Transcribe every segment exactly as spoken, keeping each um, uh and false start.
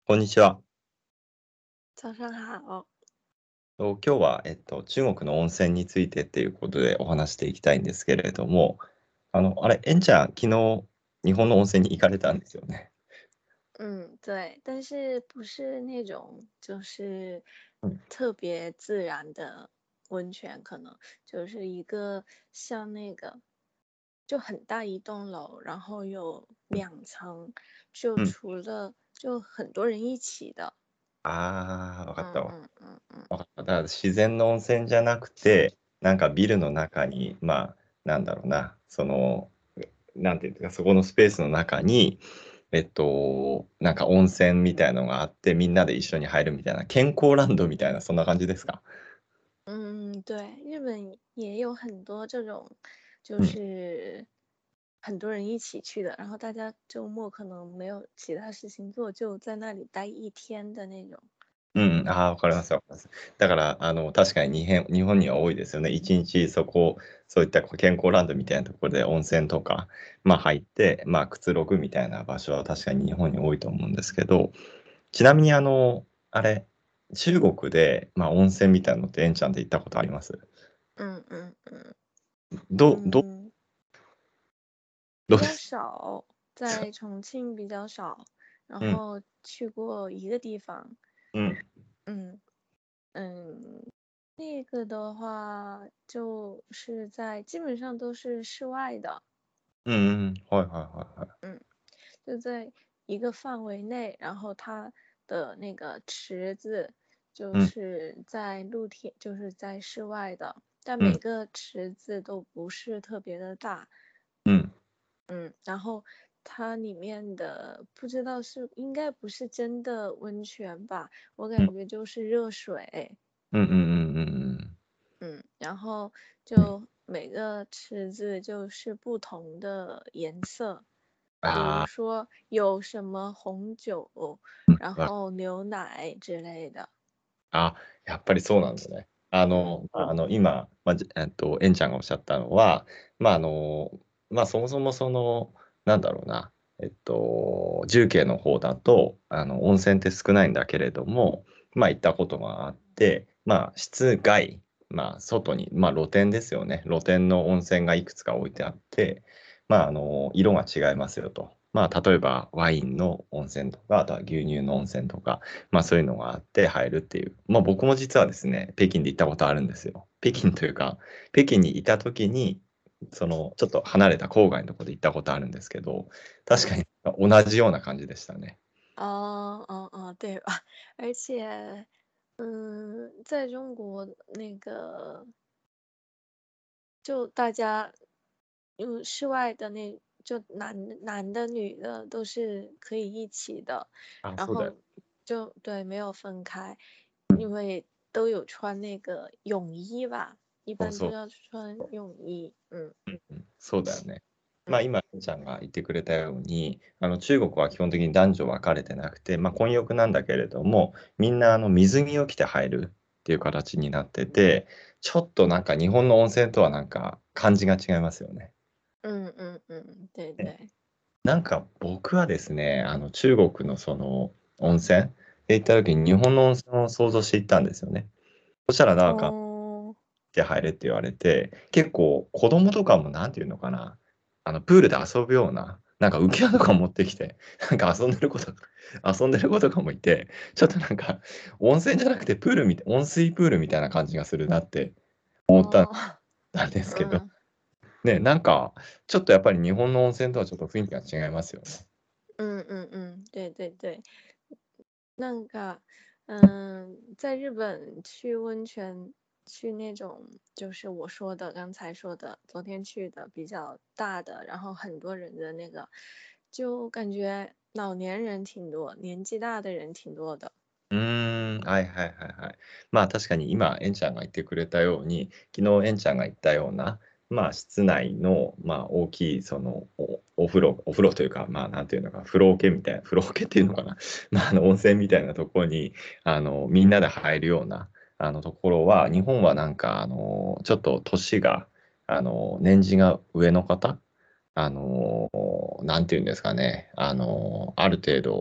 こんにちは。 早上好。 と今日は、えっと、中国の温泉についてっていうことでお話していきたいんですけれども、あの、あれ、エンちゃん、昨日、日本の温泉に行かれたんですよね。 嗯，对，但是不是那种就是うん。 特别自然的温泉，可能就是一个像那个就很大一栋楼，然后有两层，就うん。 除了就很多人一起的。 ああ、わかったわ。 嗯嗯嗯嗯わかった。だから自然の温泉じゃなくて、なんかビルの中に、まあ、なんだろうな、その、なんていうんですか、そこのスペースの中に、えっと、なんか温泉みたいのがあって、みんなで一緒に入るみたいな、健康ランドみたいな、そんな感じですか？ 嗯，对，日本也有很多这种，就うん。 是很多人一起去的，然后大家周末可能没有其他事情做，就在那里待一天的那种。 うんうん、ああ、わかりますわかります。だから、あの、確かににへん日本には多いですよね。いちにちそこ、そういったこう健康ランドみたいなところで温泉とか、まあ、入って、まあ、くつろぐみたいな場所は確かに日本に多いと思うんですけど、ちなみにあの、あれ、中国で、まあ、温泉みたいなのってエンちゃんで行ったことあります？ 嗯嗯嗯どど嗯，比较どうです？ 少，在重庆比较少，然うん、 后去过一个地方。 うん、 嗯嗯，那个的话就是在基本上都是室外的。 うんうん、はいはいはいはい。 嗯。就在一个范围内，然后它的那个池子就うん、 是在露天，就是在室外的，但うん、 每个池子都不是特别的大。 うん、 嗯，然后它里面的不知道是应该不是真的温泉吧，我うん、 感觉就是热水。 うんうんうんうんうん。 嗯，然后就每个池子就是不同的颜色。比如ああ、 说有什么红酒， うん、わ然后牛奶之類的。 あ、やっぱりそうなんですね。あうん。 の、まあ、あの、今、まあ、じえっと、エンちゃんがおっしゃったのは、まあ、あの、まあ、そもそもその、なんだろうな、えっと、重慶の方だと、あの、温泉って少ないんだけれども、まあ、行ったことがあって、まあ、室外、まあ、外に、まあ、露天ですよね。露天の温泉がいくつか置いてあって、まあ、あの、色が違いますよと。まあ、例えば、ワインの温泉とか、あとは牛乳の温泉とか、まあそういうのがあって入るっていう。まあ僕も実はですね、北京で行ったことあるんですよ。北京というか、北京にいた時に、そのちょっと離れた郊外のところで行ったことあるんですけど、確かに同じような感じでしたね。 哦哦哦，对吧？而且，嗯，在中国那个就大家，嗯，室外的那就男男的女的都是可以一起的， あ、そうだよ。 然后就对没有分开， うん。 因为都有穿那个泳衣吧，一そうそう般都要穿そ泳衣。嗯う。うんうん、そうだよね。まあ嗯。 今、ちゃんが言ってくれたように、あの中国は基本的に男女分かれてなくて、まあ混浴なんだけれども、みんなあの水着を着て入るっていう形になってて、ちょっとなんか日本の温泉とはなんか感じが違いますよね。 嗯嗯嗯，对ね、 对。 なんか僕はですね、あの中国のその温泉で行った時に日本の温泉を想像して行ったんですよね。そしたらなんか、 哦て入れって言われて、結構子供とかもなんていうのかな、あのプールで遊ぶような、なんか浮き輪とか持ってきて、なんか遊んでる子と遊んでる子とかもいて、ちょっとなんか温泉じゃなくてプールみたい温水プールみたいな感じがするなって思った哦， んですけど、 嗯ね、なんかちょっとやっぱり日本の温泉とはちょっと雰囲気が違いますよね。 嗯嗯嗯，对对对。那个，嗯，在日本去温泉，去那种就是我说的刚才说的，昨天去的比较大的，然后很多人的那个，就感觉老年人挺多，年纪大的人挺多的。 うーん、はいはいはいはい。まあ確かに今、エンちゃんが言ってくれたように、昨日エンちゃんが言ったような、まあ室内の、まあ大きい、そのお、お風呂、お風呂というか、まあなんていうのか、風呂桶みたいな、風呂桶っていうのかな、まああの温泉みたいなところに、あの、みんなで入るような、あのところは、日本はなんか、あの、ちょっと年が、あの、年次が上の方、あの、なんていうんですかね、あの、ある程度、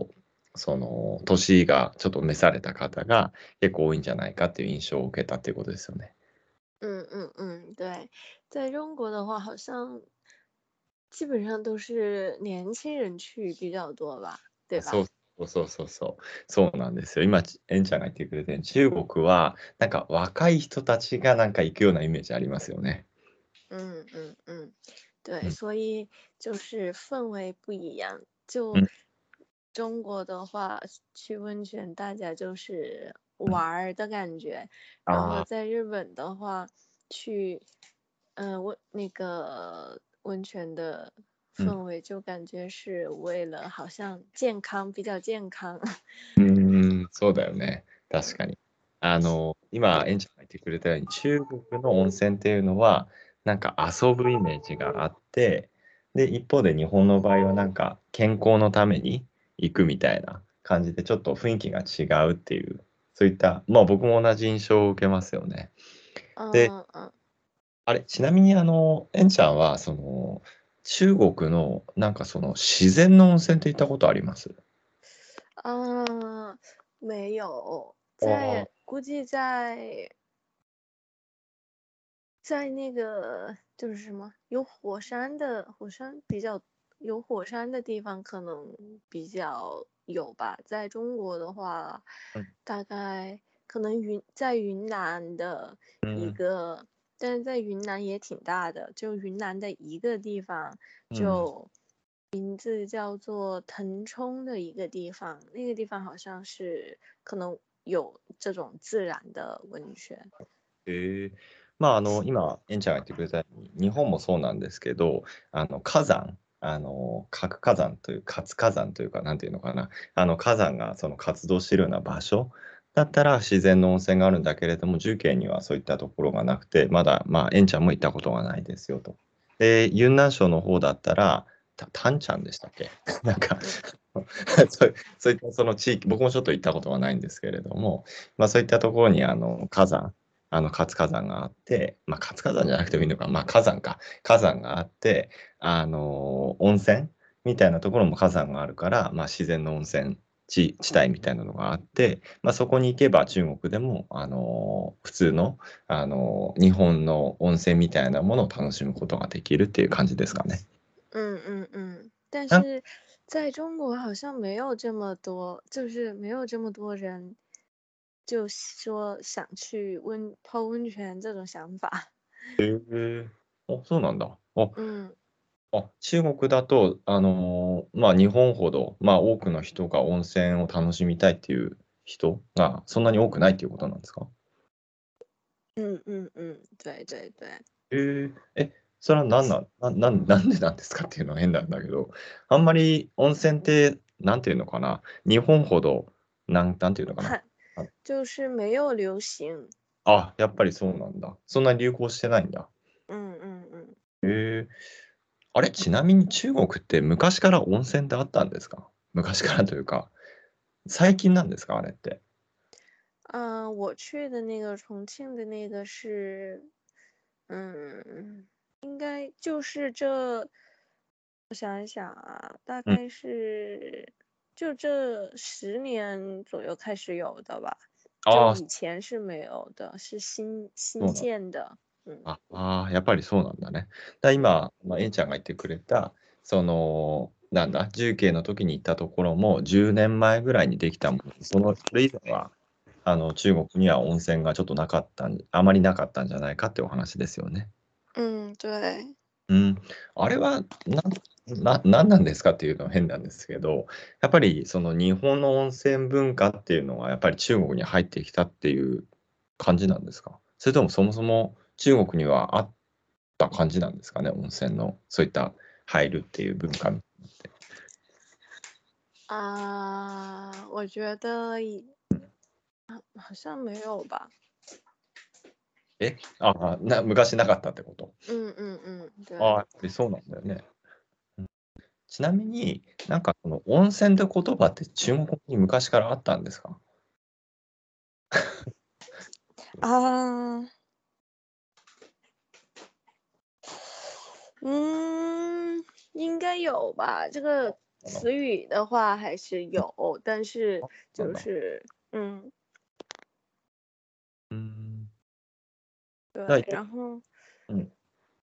その年がちょっと召された方が結構多いんじゃないかっていう印象を受けたっていうことですよね。 嗯嗯嗯，对，在中国的话，好像基本上都是年轻人去比较多吧，对そ吧？ うそうそうそうそう。そうなんですよ。今、ちエンちゃんが言ってくれたように、中国はなんか若い人たちがなんか行くようなイメージありますよね。 嗯嗯嗯， う对， ん。 所以就是氛围不一样。就うん。 中国的话，去温泉大家就是玩儿的感觉，然后あ在日本的话，去嗯温那个温泉的あ、うん。 氛围就感觉是为了好像健康，比较健康。 うーん、そうだよね。確か嗯に。あの、今、エンちゃんが言ってくれたように、中国の温泉っていうのは、なんか遊ぶイメージがあって、で、一方で日本の場合はなんか健康のために行くみたいな感じで、ちょっと雰囲気が違うっていう、そういった、まあ僕も同じ印象を受けますよね。で、 嗯嗯。 あれ、ちなみにあの、エンちゃんは、その、中国のなんかその自然の温泉って行ったことあります？ 啊，没有， あ在估计在在那个就是什么有火山的火山比较有火山的地方可能比较有吧。在中国的话， あ、 大概可能云在云南的一うん、 个，但是在云南也挺大的，就云南的一个地方， うん。 就名字叫做腾冲的一个地方，那个地方好像是可能有这种自然的温泉。 へえ。まあ、あの、今、エンちゃんが言ってくれたように、日本もそうなんですけど、あの、火山、あの、活火山という、活火山というか、なんていうのかな、あの、火山がその活動しているような場所だったら自然の温泉があるんだけれども、重慶にはそういったところがなくて、まだ、まあ、エンちゃんも行ったことがないですよと。で、雲南省の方だったら、たタンチャンでしたっけ？なんかそうそういったその地域、僕もちょっと行ったことはないんですけれども、まあ、そういったところにあの火山、あの活火山があって、まあ、活火山じゃなくてもいいのか、まあ、火山か、火山があって、あの温泉みたいなところも火山があるから、まあ、自然の温泉地、地帯みたいなのがあって、まあ、そこに行けば中国でも、あの普通の、あの日本の温泉みたいなものを楽しむことができるっていう感じですかね。 嗯嗯嗯，但あ、 是在中国好像没有这么多，就是没有这么多人就说想去温泡温泉这种想法。 へえ。あ、そうなんだ。あ、 嗯あ、中国だと、あの、まあ、日本ほど、まあ、多くの人が温泉を楽しみたいっていう人がそんなに多くないっていうことなんですか？ 嗯嗯嗯，对对对。 えーえ、それは何なんななんなんでなんですかっていうのは変なんだけど、あんまり温泉って、なんていうのかな、日本ほど、なんなんていうのかな。 还あ就是没有流行。 あ、やっぱりそうなんだ。そんなに流行してないんだ。 嗯嗯嗯。 へえ。あれ、ちなみに中国って昔から温泉ってあったんですか？昔からというか、最近なんですか？あれって。 啊，我去的那个重庆的那个是，嗯，应该就是这，我想一想啊，大うん。 概是就这十年左右开始有的吧，就ああ、 以前是没有的，是新新そうなん建的。嗯ああー、やっぱりそうなんだね。だ今、まあ、えんちゃんが言ってくれた、その、なんだ、重慶の時に行ったところもじゅうねんまえぐらいにできたもの、その、それ以前は、あの、中国には温泉がちょっとなかったん、あまりなかったんじゃないかってお話ですよね。 嗯，对。 うん。あれは、なん、な、なんなんですかっていうのは変なんですけど、やっぱりその日本の温泉文化っていうのはやっぱり中国に入ってきたっていう感じなんですか？それともそもそも中国にはあった感じなんですかね、温泉の、そういった入るっていう文化って。 啊，我觉得以好像没有吧。 えああ、な、昔なかったってこと？ 嗯嗯嗯， ああ、や对。 っぱりそうなんだよね。うん。ちなみになんかこの温泉って言葉って中国語に昔からあったんですか？ 啊，嗯，应该有吧。这个かな。 词语的话还是有，但是就なんだ。 是嗯， うーん。だ对， い然后うん。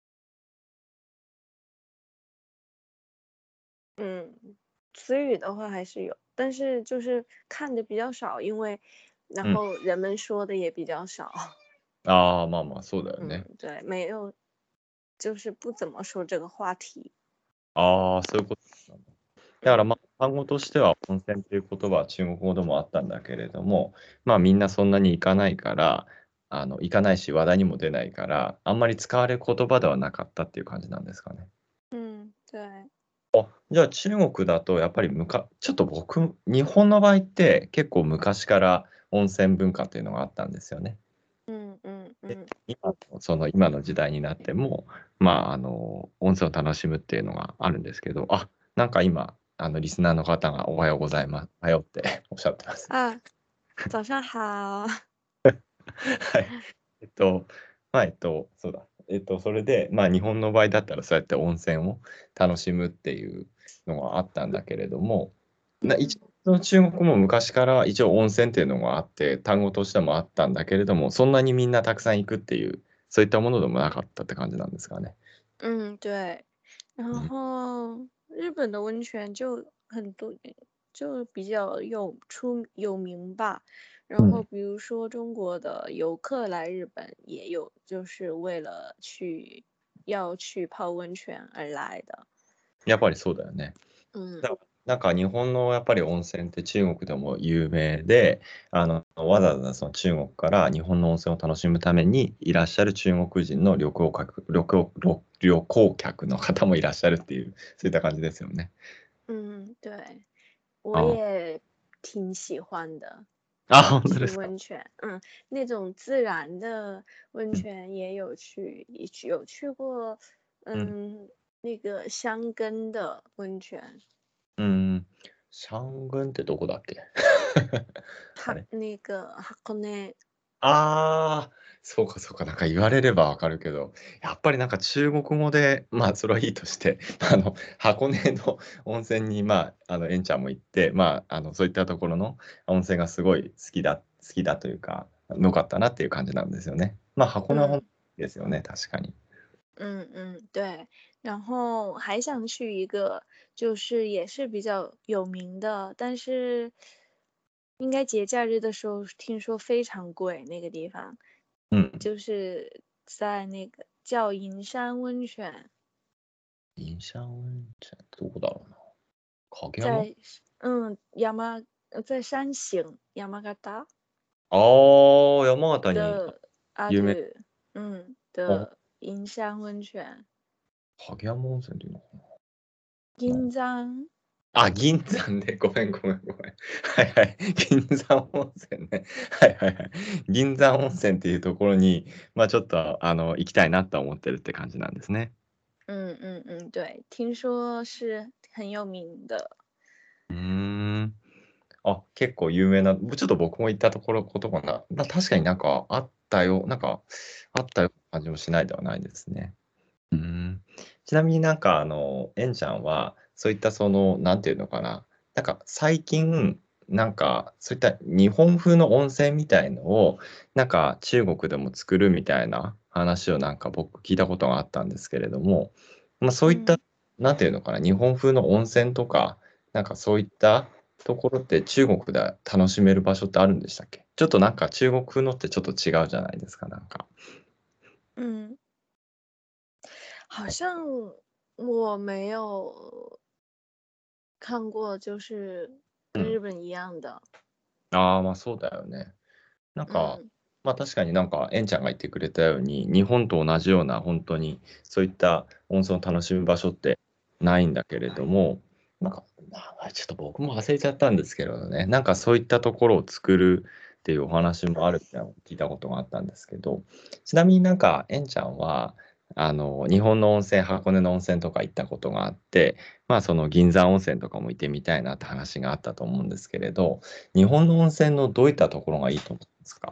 嗯，词语的话还是有，但是就是看的比较少，因为然うん。 后人们说的也比较少。 ああ、まあまあ、そうだよ嗯， ね。 对，没有，就是不怎么说这个话题。 ああ、そういうことなんだ。だから、 嗯まあ、単語としては温泉っていう言葉は中国語でもあったんだけれども、まあ、みんなそんなに行かないから、あの、行かないし話題にも出ないから、あんまり使われる言葉ではなかったっていう感じなんですかね。 嗯，对， じゃあ中国だとやっぱりむかちょっと僕、日本の場合って結構昔から温泉文化っていうのがあったんですよね。 嗯嗯で、 嗯今のその今の時代になっても、まあ、あの、温泉を楽しむっていうのがあるんですけど、あ、なんか今、あの、リスナーの方がおはようございます。おはようっておっしゃってます。 啊，早上好。 はい。えっと、まあ、えっと、そうだ。えっと、それで、まあ、日本の場合だったらそうやって温泉を楽しむっていうのがあったんだけれども、な嗯一応中国も昔から一応温泉っていうのがあって、単語としてもあったんだけれども、そんなにみんなたくさん行くっていう、そういったものでもなかったって感じなんですかね。 嗯，对。然うん。 后日本的温泉就很多，就比较有出有名吧。然后うん。 比如说中国的游客来日本也有，就是为了去要去泡温泉而来的。 やっぱりそうだよね。 嗯だなんか日本のやっぱり温泉って中国でも有名で、あの、わざわざその中国から日本の温泉を楽しむためにいらっしゃる中国人の旅行客、旅行、旅旅行客の方もいらっしゃるっていう、そういった感じですよね。 嗯，对，我あ也挺喜欢的。 あ、本当で去すか。 温泉，嗯，那种自然的温うん。 泉也有去，也去有去过， うん。 嗯，那个香根的温泉。 うん。三軍ってどこだっけ？あは、 れ？ 那个箱根。 ああ、そうかそうか、なんか言われればわかるけど、やっぱりなんか中国語で、まあ、それはいいとして、あの、箱根の温泉に、まあ、あの、えんちゃんも行って、まあ、あの、そういったところの温泉がすごい好きだ好きだというか、良かったなっていう感じなんですよね。まあ、箱根はほん嗯ですよね、確かに。 嗯嗯，对。然后还想去一个，就是也是比较有名的，但是应该节假日的时候听说非常貴那个地方， うん。 就是在那个叫银山温泉。 銀山温泉ってどこだろうな。影山？ 在嗯山呃在山形山形ああ、山形に的啊有名。 对嗯あ、 的银山温泉影山温泉っていうのかな。 銀山あ、銀山ね。ごめんごめんごめん。はいはい。銀山温泉ね。はいはいはい。銀山温泉っていうところに、まあ、ちょっと、あの、行きたいなと思ってるって感じなんですね。 嗯嗯嗯对，听说是很有名的。 うーん。あ、結構有名な、ちょっと僕も行ったところことかな。ま、確かになんかあったよなんか、あったような感じもしないではないですね。うーん。ちなみになんかあの、えんちゃんは、そういったその、なんていうのかな、なんか最近、なんか、そういった日本風の温泉みたいのを、なんか中国でも作るみたいな話をなんか僕聞いたことがあったんですけれども、ま、そういった、 嗯なんていうのかな、日本風の温泉とか、なんかそういったところって中国で楽しめる場所ってあるんでしたっけ？ちょっとなんか中国風のってちょっと違うじゃないですか、なんか。 嗯，好像我没有看过，就是うん。 跟日本一样的。 ああ、ま、そうだよね。なんか、 嗯ま、確かになんか、えんちゃんが言ってくれたように、日本と同じようなほんとにそういった温泉を楽しむ場所ってないんだけれども、なんか、なちょっと僕も忘れちゃったんですけどね、なんかそういったところを作るっていうお話もあるってのを聞いたことがあったんですけど、ちなみになんか、えんちゃんは、あの、日本の温泉、箱根の温泉とか行ったことがあって、まあ、その銀山温泉とかも行ってみたいなって話があったと思うんですけれど、日本の温泉のどういったところがいいと思いますか？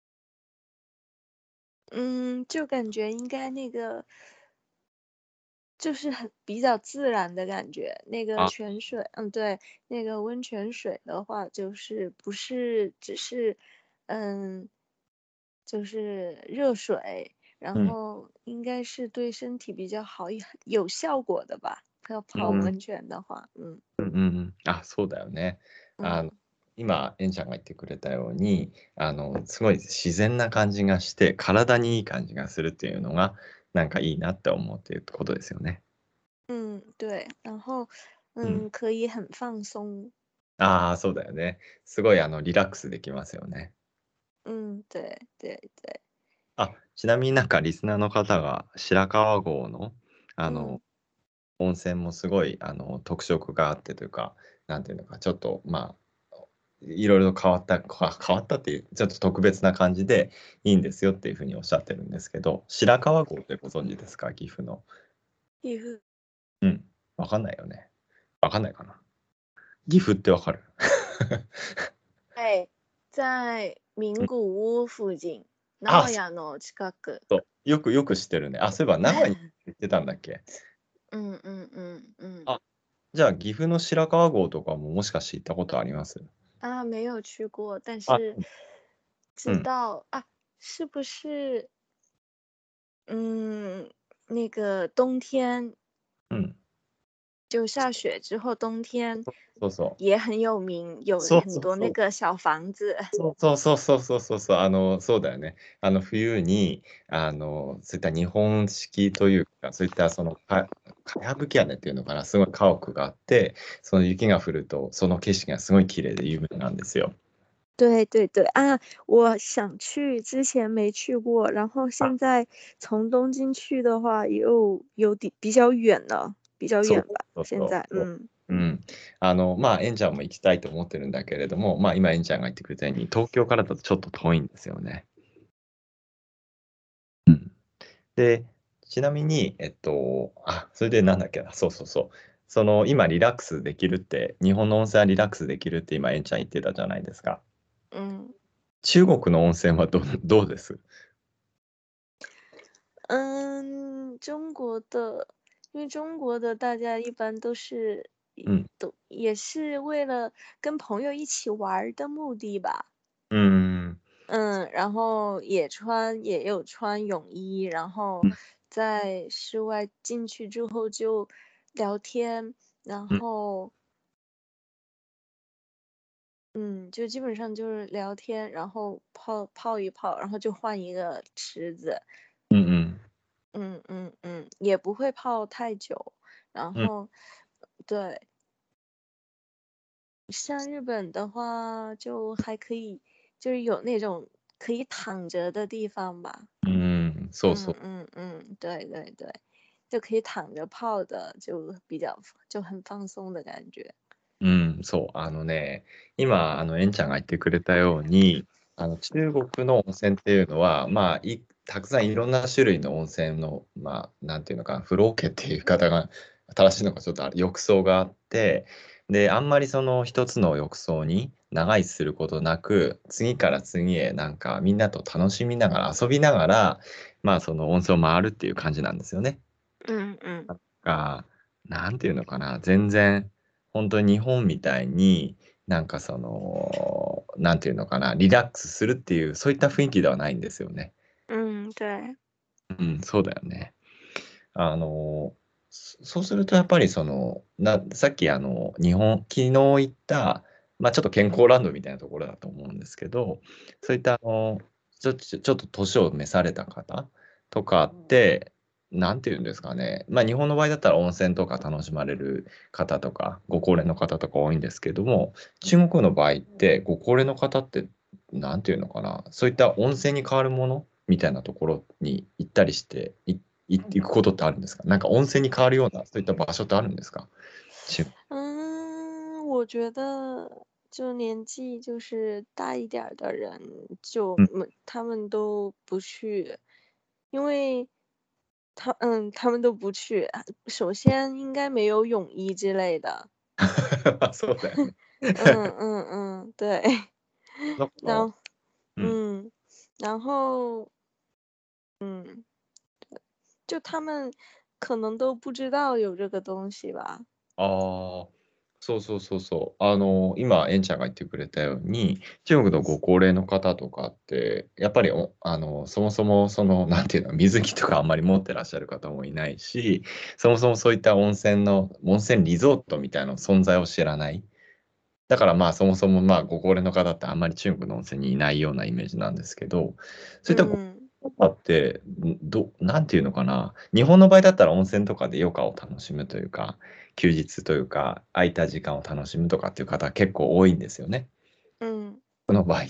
嗯，就感觉应该那个就是很比较自然的感觉。那个啊， 泉水，嗯，对，那个温泉水的话，就是不是只是，嗯，就是热水，然嗯后应该是对身体比较好、有有效果的吧？要泡うん温泉的話、うん、 うんうんうん。あ、そうだよね。あの、 うん、 今、エンちゃんが言ってくれたように、あの、すごい自然な感じがして、体にいい感じがするっていうのが、なんかいいなって思うっていうことですよね。 嗯，对，然后， うん。 嗯，可以很放松。 ああ、そうだよね。すごい、あの、リラックスできますよね。 嗯，对对对， あ、ちなみになんかリスナーの方が白川郷の、あ嗯の、温泉もすごい、あの、特色があってというか、なんていうのか、ちょっと、まあ、いろいろ変わった、か変わったっていう、ちょっと特別な感じでいいんですよっていうふうにおっしゃってるんですけど、白川郷ってご存知ですか、岐阜の。 岐阜。 うん。わかんないよね。わかんないかな。岐阜ってわかる？ 哎，在名古屋附近、名あ、 古屋の近く。 そう。よくよく知ってるね。あ、そういえば長井に行ってたんだっけ？ うんうんうんうん。 あ、じゃあ岐阜の白川郷とかももしかして行ったことあります？ 啊，没有去过，但あ、 是知うん、 道啊，是不是嗯那个冬天うん。 就下雪之后，冬天そうそう。 也很有名，有そう很多そうそう。 那个小房子。 そうそうそうそうそうそうそう、あの、そうだよね。あの、冬に、あの、そういった日本式というか、そういったその、か、かやぶき屋根っていうのかな、すごい家屋があって、その雪が降ると、その景色がすごい綺麗で有名なんですよ。 对对对啊，我想去，之前没去过，然后あ、 现在从东京去的话，又有点比较远了，比较そう远吧。 そう现在， そうそう。 嗯うん。あの、まあ、エンちゃんも行きたいと思ってるんだけれども、まあ、今、エンちゃんが言ってくれたように、東京からだとちょっと遠いんですよね。うん。で、ちなみに、えっと、あ、それでなんだっけな、そうそうそう。その、今、リラックスできるって、日本の温泉はリラックスできるって今、エンちゃん言ってたじゃないですか。 嗯中国の温泉はど、どうです？ 嗯，中国的，因为中国的大家一般都是うん。 都也是为了跟朋友一起玩儿的目的吧。 うーん。 嗯，然后也穿也有穿泳衣，然後うん。 在室外进去之后就聊天，然うん。 后嗯，就基本上就是聊天，然后泡泡一泡，然后就换一个池子。 うん。 嗯嗯嗯，也不会泡太久，然うん。 后对，像日本的话就还可以，就是有那种可以躺着的地方吧。 うん。そうそ嗯う。 嗯嗯，对对对，就可以躺着泡的，就比较就很放松的感觉。 うん、そう。あのね、今、あの、エンちゃんが言ってくれたように、あの、中国の温泉っていうのは、まあ、い、たくさんいろんな種類の温泉の、まあ、なんていうのかな、風呂桶っていう言い方が正しいのかちょっとあれ、浴槽があって、で、あんまりその一つの浴槽に長居することなく、次から次へなんかみんなと楽しみながら、遊びながら、まあ、その温泉を回るっていう感じなんですよね。 嗯嗯が、なんていうのかな、全然、本当に日本みたいに、なんかその、なんていうのかな、リラックスするっていう、そういった雰囲気ではないんですよね。 嗯，对， うん、そうだよね。あの、そそうするとやっぱりその、な、さっきあの、日本、昨日行った、まあちょっと健康ランドみたいなところだと思うんですけど、そういったあの、ちょ、ちょちょっと年を召された方とかって、なんていうんですかね。まあ日本の場合だったら温泉とか楽しまれる方とか、ご高齢の方とか多いんですけども、中国の場合ってご高齢の方って、なんていうのかな、そういった温泉に変わるものみたいなところに行ったりして、い行っていくことってあるんですか？なんか温泉に変わるような、そういった場所ってあるんですか？ち嗯，我觉得就年纪就是大一点儿的人，就うん。 嗯他们都不去，因为他嗯他们都不去。首先应该没有泳衣之类的。 まあ、そうだよね。 嗯嗯嗯，对。 だから、 然后うん。 嗯，然后嗯。就他们可能都不知道有这个东西吧。 ああ、そうそうそうそう。あの、今、エンちゃんが言ってくれたように、中国のご高齢の方とかって、やっぱりお、あの、そもそも、その、なんていうの、水着とかあんまり持ってらっしゃる方もいないし、そもそもそういった温泉の、温泉リゾートみたいな存在を知らない。だからまあ、そもそもまあ、ご高齢の方ってあんまり中国の温泉にいないようなイメージなんですけど、そういったご嗯方って、んど、なんていうのかな。日本の場合だったら温泉とかで余暇を楽しむというか、休日というか、空いた時間を楽しむとかっていう方結構多いんですよね。 嗯この場合って、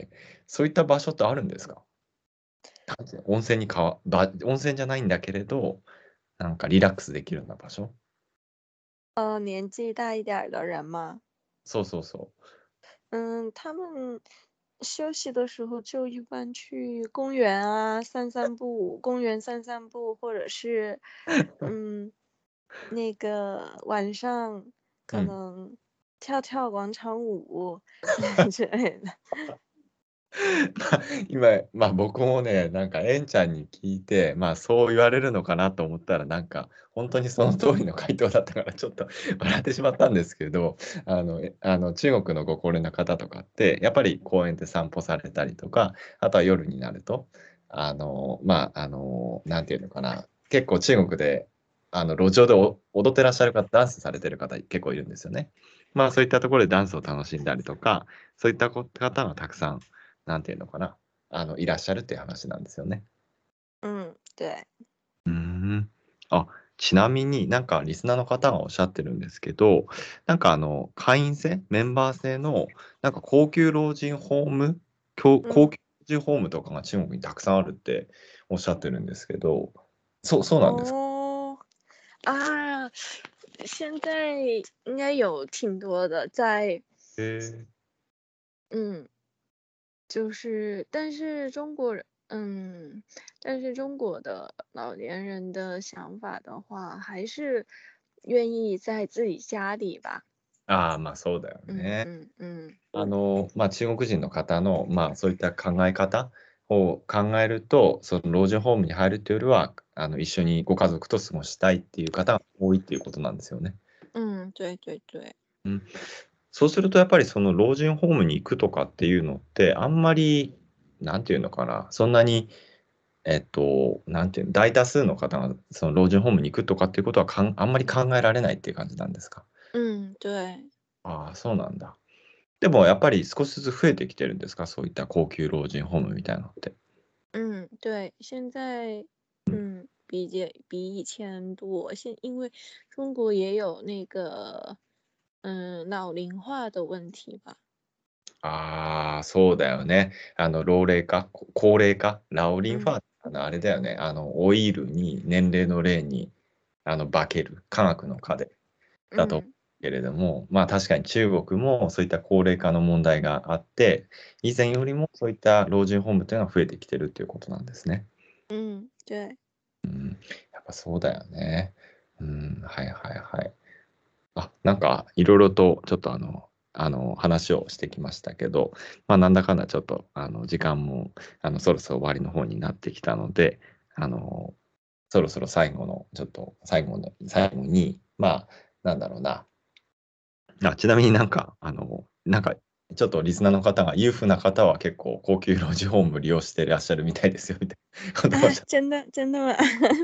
そういった場所ってあるんですか？なんていうの温泉にかわ、ば、温泉じゃないんだけれど、なんかリラックスできるような場所。 呃，年纪大一点儿的人嘛， そうそうそ嗯，他们休息的时候就一般去公园啊散散步，公园散散步，或者是嗯那个晚上う。う可ん。 能跳跳广场舞之类的。 まあ、今、まあ僕もね、なんかエンちゃんに聞いて、まあそう言われるのかなと思ったら、なんか本当にその通りの回答だったからちょっと笑ってしまったんですけど、あの、えあの中国のご高齢の方とかって、やっぱり公園で散歩されたりとか、あとは夜になると、あの、まあ、あの、なんていうのかな、結構中国で、あの、路上でお踊ってらっしゃる方、ダンスされてる方結構いるんですよね。まあそういったところでダンスを楽しんだりとか、そういったこ方がたくさんなんていうのかな、あの、いらっしゃるっていう話なんですよね。 嗯，对。 うーん。あ、ちなみになんかリスナーの方がおっしゃってるんですけど、なんかあの、会員制、メンバー制の、なんか高級老人ホーム、高高嗯。 級老人ホームとかが中国にたくさんあるっておっしゃってるんですけど、そう、そうなんですか？ 哦啊，现在应该有挺多的，在へえ。 嗯，就是但是中国人，嗯，但是中国的老年人的想法的话，还是愿意在自己家里吧。 ああ、まあそうだよね。 嗯嗯嗯あの、まあ、中国人の方の、まあ、そういった考え方を考えると、その老人ホームに入るというよりは、あの、一緒にご家族と過ごしたいっていう方が多いっていうことなんですよね。 嗯，对对对。 うん。そうすると、やっぱりその老人ホームに行くとかっていうのって、あんまり、なんていうのかな、そんなに、えっと、なんていうの、大多数の方がその老人ホームに行くとかっていうことはかん、あんまり考えられないっていう感じなんですか？ 嗯，对。 ああ、そうなんだ。でもやっぱり少しずつ増えてきてるんですか？そういった高級老人ホームみたいなのって。 嗯，对，现在嗯比以比以前多，现因为中国也有那个嗯老龄化的问题吧。 ああ、そうだよね。あの、老齢化、こ高齢化、ラオリンファ嗯ー、あの、あれだよね。あの、老いるに、年齢の齢に、あの、化ける、科学の科で、だと思嗯うけれども、まあ確かに中国もそういった高齢化の問題があって、以前よりもそういった老人ホームというのは増えてきてるっていうことなんですね。 嗯，对。 うん、やっぱそうだよね。うん、はいはいはい。あ、なんかいろいろとちょっとあの、あの話をしてきましたけど、まあ、なんだかんだちょっとあの時間もあのそろそろ終わりの方になってきたので、あのそろそろ最後の、ちょっと最後の、最後に、まあ、なんだろうな。あ、ちなみになんか、あの、なんか、ちょっとリスナーの方が、裕福な方は結構高級老人ホーム利用していらっしゃるみたいですよ、みたいなことをおっ啊， しゃって。 真的真的吗？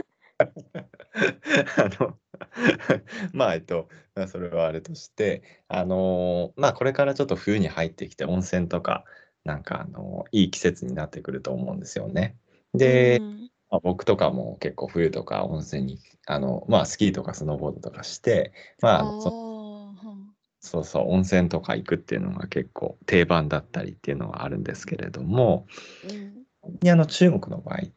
あの、まあ、えっと、まあそれはあれとして、あのーまあ、これからちょっと冬に入ってきて、温泉とか、なんか、あのいい季節になってくると思うんですよね。で、 嗯。 まあ、僕とかも結構冬とか温泉に、あの、まあ、スキーとかスノーボードとかして、まあ、あのそ哦，哼。 そうそう、温泉とか行くっていうのが結構定番だったりっていうのはあるんですけれども、 嗯あの中国の場合って、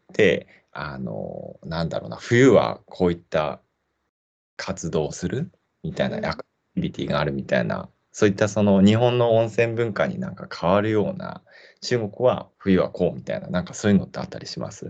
あの、なんだろうな、冬はこういった活動をするみたいなア嗯。 クティビティがあるみたいな、そういったその日本の温泉文化になんか変わるような、中国は冬はこうみたいな、なんかそういうのってあったりします？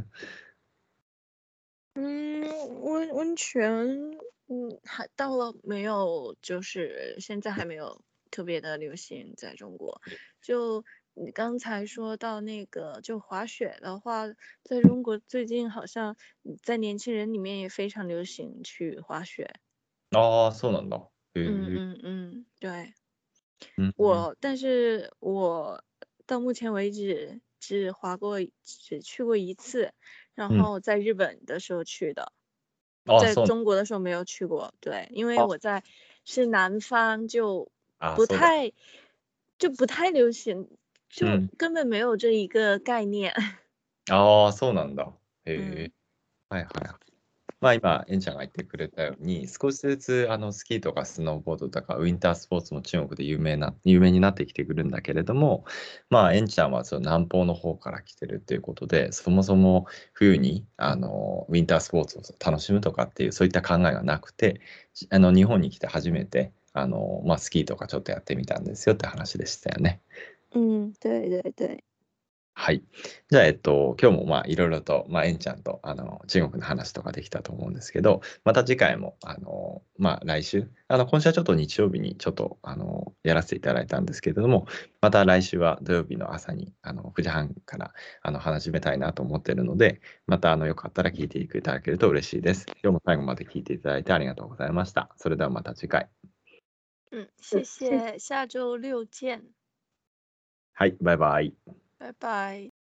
嗯，温温泉，嗯，还到了没有？就是现在还没有特别的流行在中国。就你刚才说到那个，就滑雪的话，在中国最近好像在年轻人里面也非常流行去滑雪。 ああ、そうなんだ。へ嗯え。 嗯嗯，对。 うんうん。 我，但是我到目前为止只滑过，只去过一次，然うん。 后在日本的时候去的， ああ、 在そう。 中国的时候没有去过。对，因为あ我在是南方，就あ、そうだ。 不太就不太流行，就うん。 根本没有这一个概念。 ああ、そうなんだ。へ嗯え。はいはいはい。まあ今、エンちゃんが言ってくれたように、少しずつあのスキーとかスノーボードとかウィンタースポーツも中国で有名な、有名になってきてくるんだけれども、まあエンちゃんはその南方の方から来てるっていうことで、そもそも冬にあのウィンタースポーツを楽しむとかっていうそういった考えがなくて、あの日本に来て初めてあの、まあ、スキーとかちょっとやってみたんですよって話でしたよね。 嗯，对对对。 はい。じゃあ、えっと、今日もまあいろいろと、まあ、エンちゃんとあの中国の話とかできたと思うんですけど、また次回も、あの、まあ来週、あの、今週はちょっと日曜日にちょっと、あの、やらせていただいたんですけれども、また来週は土曜日の朝に、あの、くじはんからあの話しめたいなと思っているので、またあのよかったら聞いていただけると嬉しいです。今日も最後まで聞いていただいてありがとうございました。それではまた次回。 嗯，谢谢，下周六见， はい、バイバイ。 拜拜。